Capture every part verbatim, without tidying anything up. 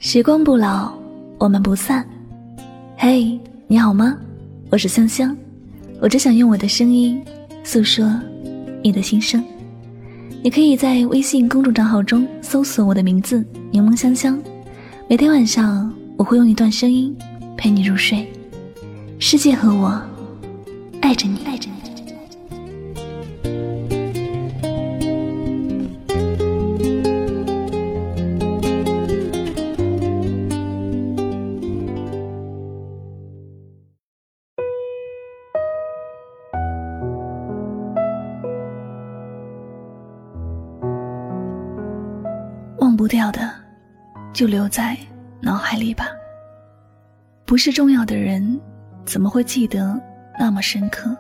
时光不老，我们不散。嘿，你好吗？我是香香，我只想用我的声音诉说你的心声。你可以在微信公众账号中搜索我的名字柠檬香香，每天晚上我会用一段声音陪你入睡。世界和我爱着你，爱着你。忘不掉的就留在脑海里吧，不是重要的人怎么会记得那么深刻？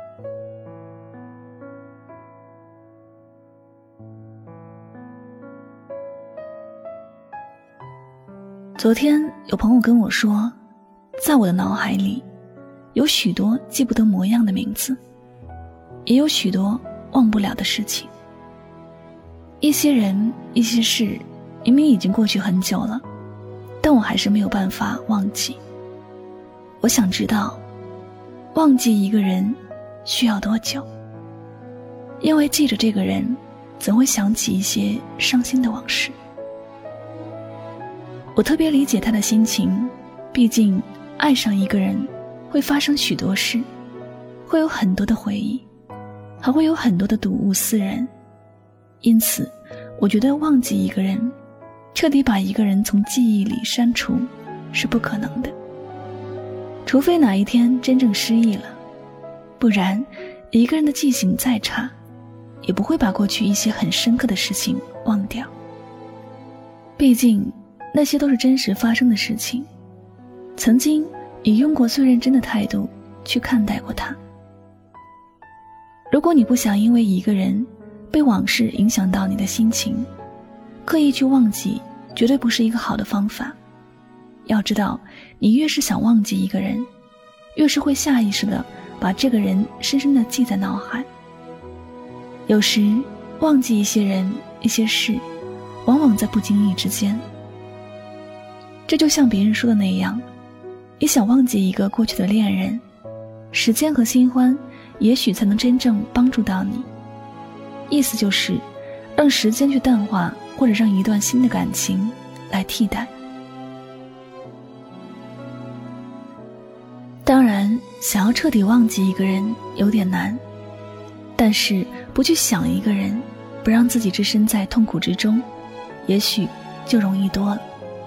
昨天有朋友跟我说，在我的脑海里有许多记不得模样的名字，也有许多忘不了的事情。一些人一些事明明已经过去很久了，但我还是没有办法忘记。我想知道忘记一个人需要多久，因为记着这个人总会想起一些伤心的往事。我特别理解他的心情，毕竟爱上一个人会发生许多事，会有很多的回忆，还会有很多的睹物思人。因此我觉得忘记一个人，彻底把一个人从记忆里删除是不可能的，除非哪一天真正失忆了，不然一个人的记性再差，也不会把过去一些很深刻的事情忘掉。毕竟那些都是真实发生的事情，曾经以用过最认真的态度去看待过它。如果你不想因为一个人被往事影响到你的心情，刻意去忘记绝对不是一个好的方法。要知道，你越是想忘记一个人，越是会下意识地把这个人深深地记在脑海。有时忘记一些人一些事，往往在不经意之间。这就像别人说的那样，你想忘记一个过去的恋人，时间和新欢也许才能真正帮助到你。意思就是让时间去淡化，或者让一段新的感情来替代。当然想要彻底忘记一个人有点难，但是不去想一个人，不让自己置身在痛苦之中，也许就容易多了。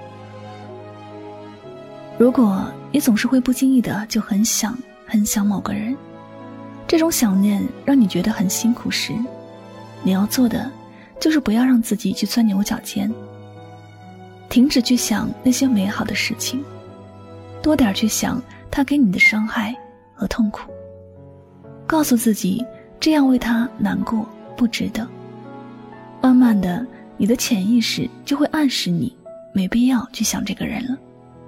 如果你总是会不经意的就很想很想某个人，这种想念让你觉得很辛苦时，你要做的就是不要让自己去钻牛角尖，停止去想那些美好的事情，多点去想他给你的伤害和痛苦，告诉自己这样为他难过不值得。慢慢的，你的潜意识就会暗示你没必要去想这个人了。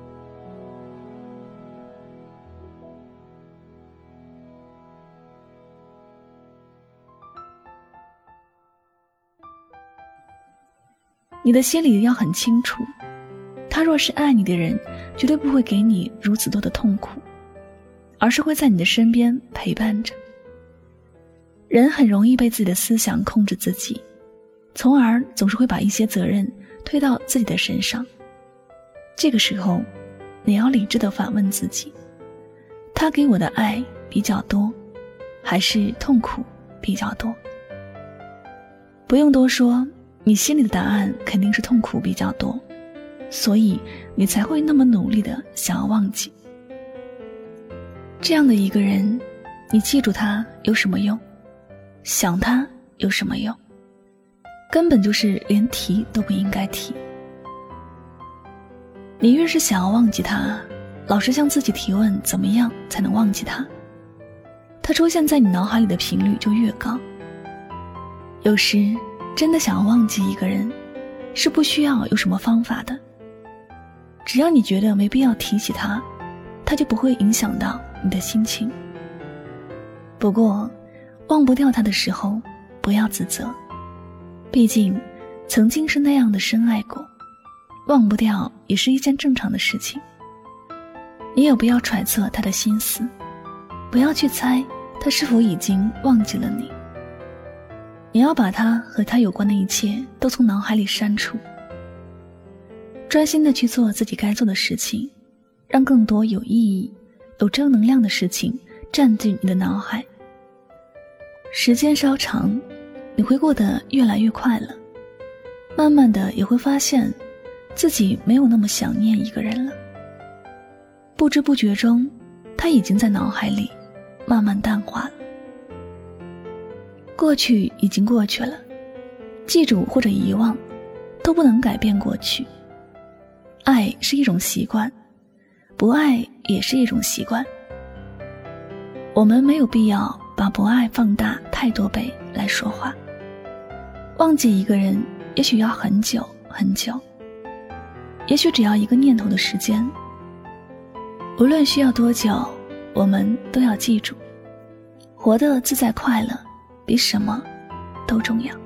你的心里要很清楚，他若是爱你的人，绝对不会给你如此多的痛苦，而是会在你的身边陪伴着。人很容易被自己的思想控制自己，从而总是会把一些责任推到自己的身上。这个时候你要理智地反问自己，他给我的爱比较多，还是痛苦比较多？不用多说，你心里的答案肯定是痛苦比较多，所以你才会那么努力的想要忘记。这样的一个人，你记住他有什么用？想他有什么用？根本就是连提都不应该提。你越是想要忘记他，老是向自己提问怎么样才能忘记他，他出现在你脑海里的频率就越高。有时真的想要忘记一个人，是不需要有什么方法的，只要你觉得没必要提起他，他就不会影响到你的心情。不过忘不掉他的时候不要自责，毕竟曾经是那样的深爱过， 忘不掉也是一件正常的事情。你也不要揣测他的心思，不要去猜他是否已经忘记了你。你要把他和他有关的一切都从脑海里删除，专心的去做自己该做的事情，让更多有意义、有正能量的事情占据你的脑海。时间稍长，你会过得越来越快乐，慢慢的也会发现自己没有那么想念一个人了。不知不觉中，他已经在脑海里慢慢淡化了。过去已经过去了，记住或者遗忘都不能改变过去。爱是一种习惯，不爱也是一种习惯。我们没有必要把不爱放大太多倍来说话。忘记一个人也许要很久很久，也许只要一个念头的时间。无论需要多久，我们都要记住，活得自在快乐比什么都重要。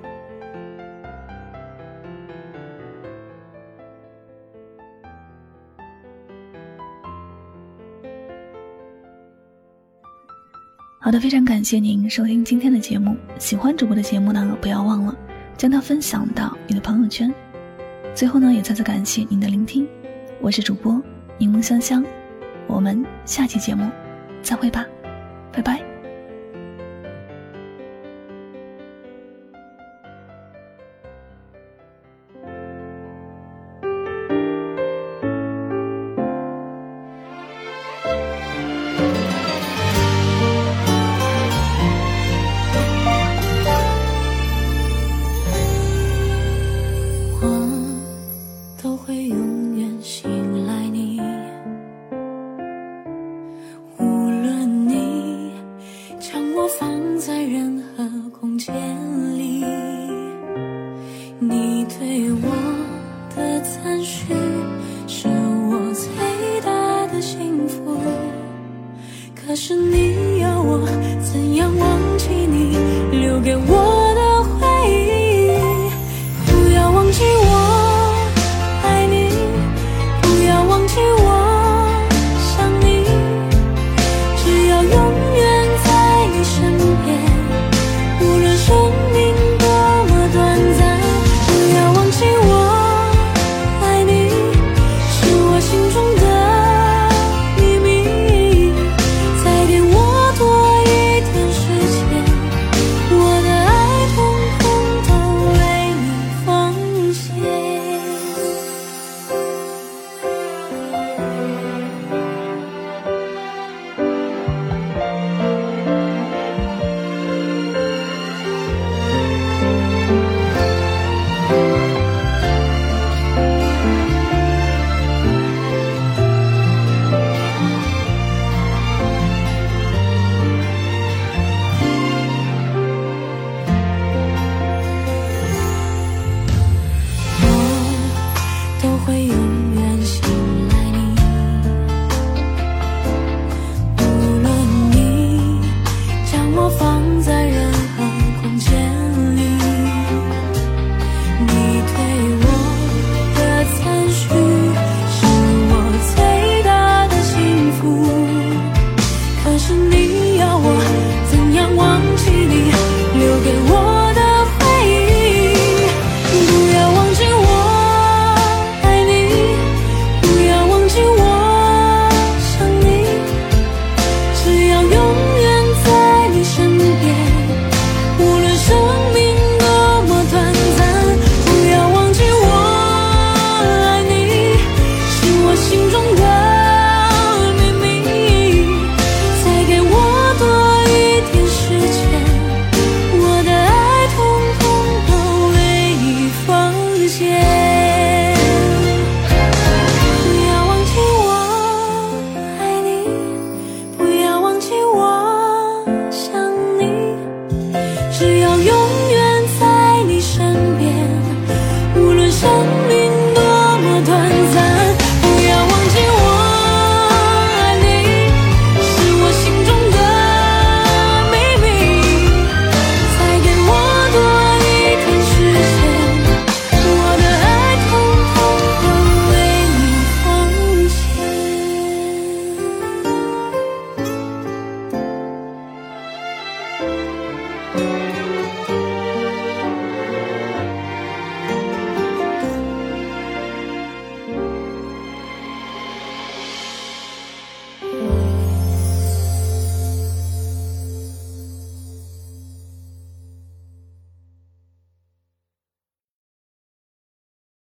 好的，非常感谢您收听今天的节目。喜欢主播的节目呢，不要忘了将它分享到你的朋友圈。最后呢，也再次感谢您的聆听，我是主播柠檬香香，我们下期节目再会吧，拜拜。 你对我的赞许是我最大的幸福，可是你要我怎样忘记你留给我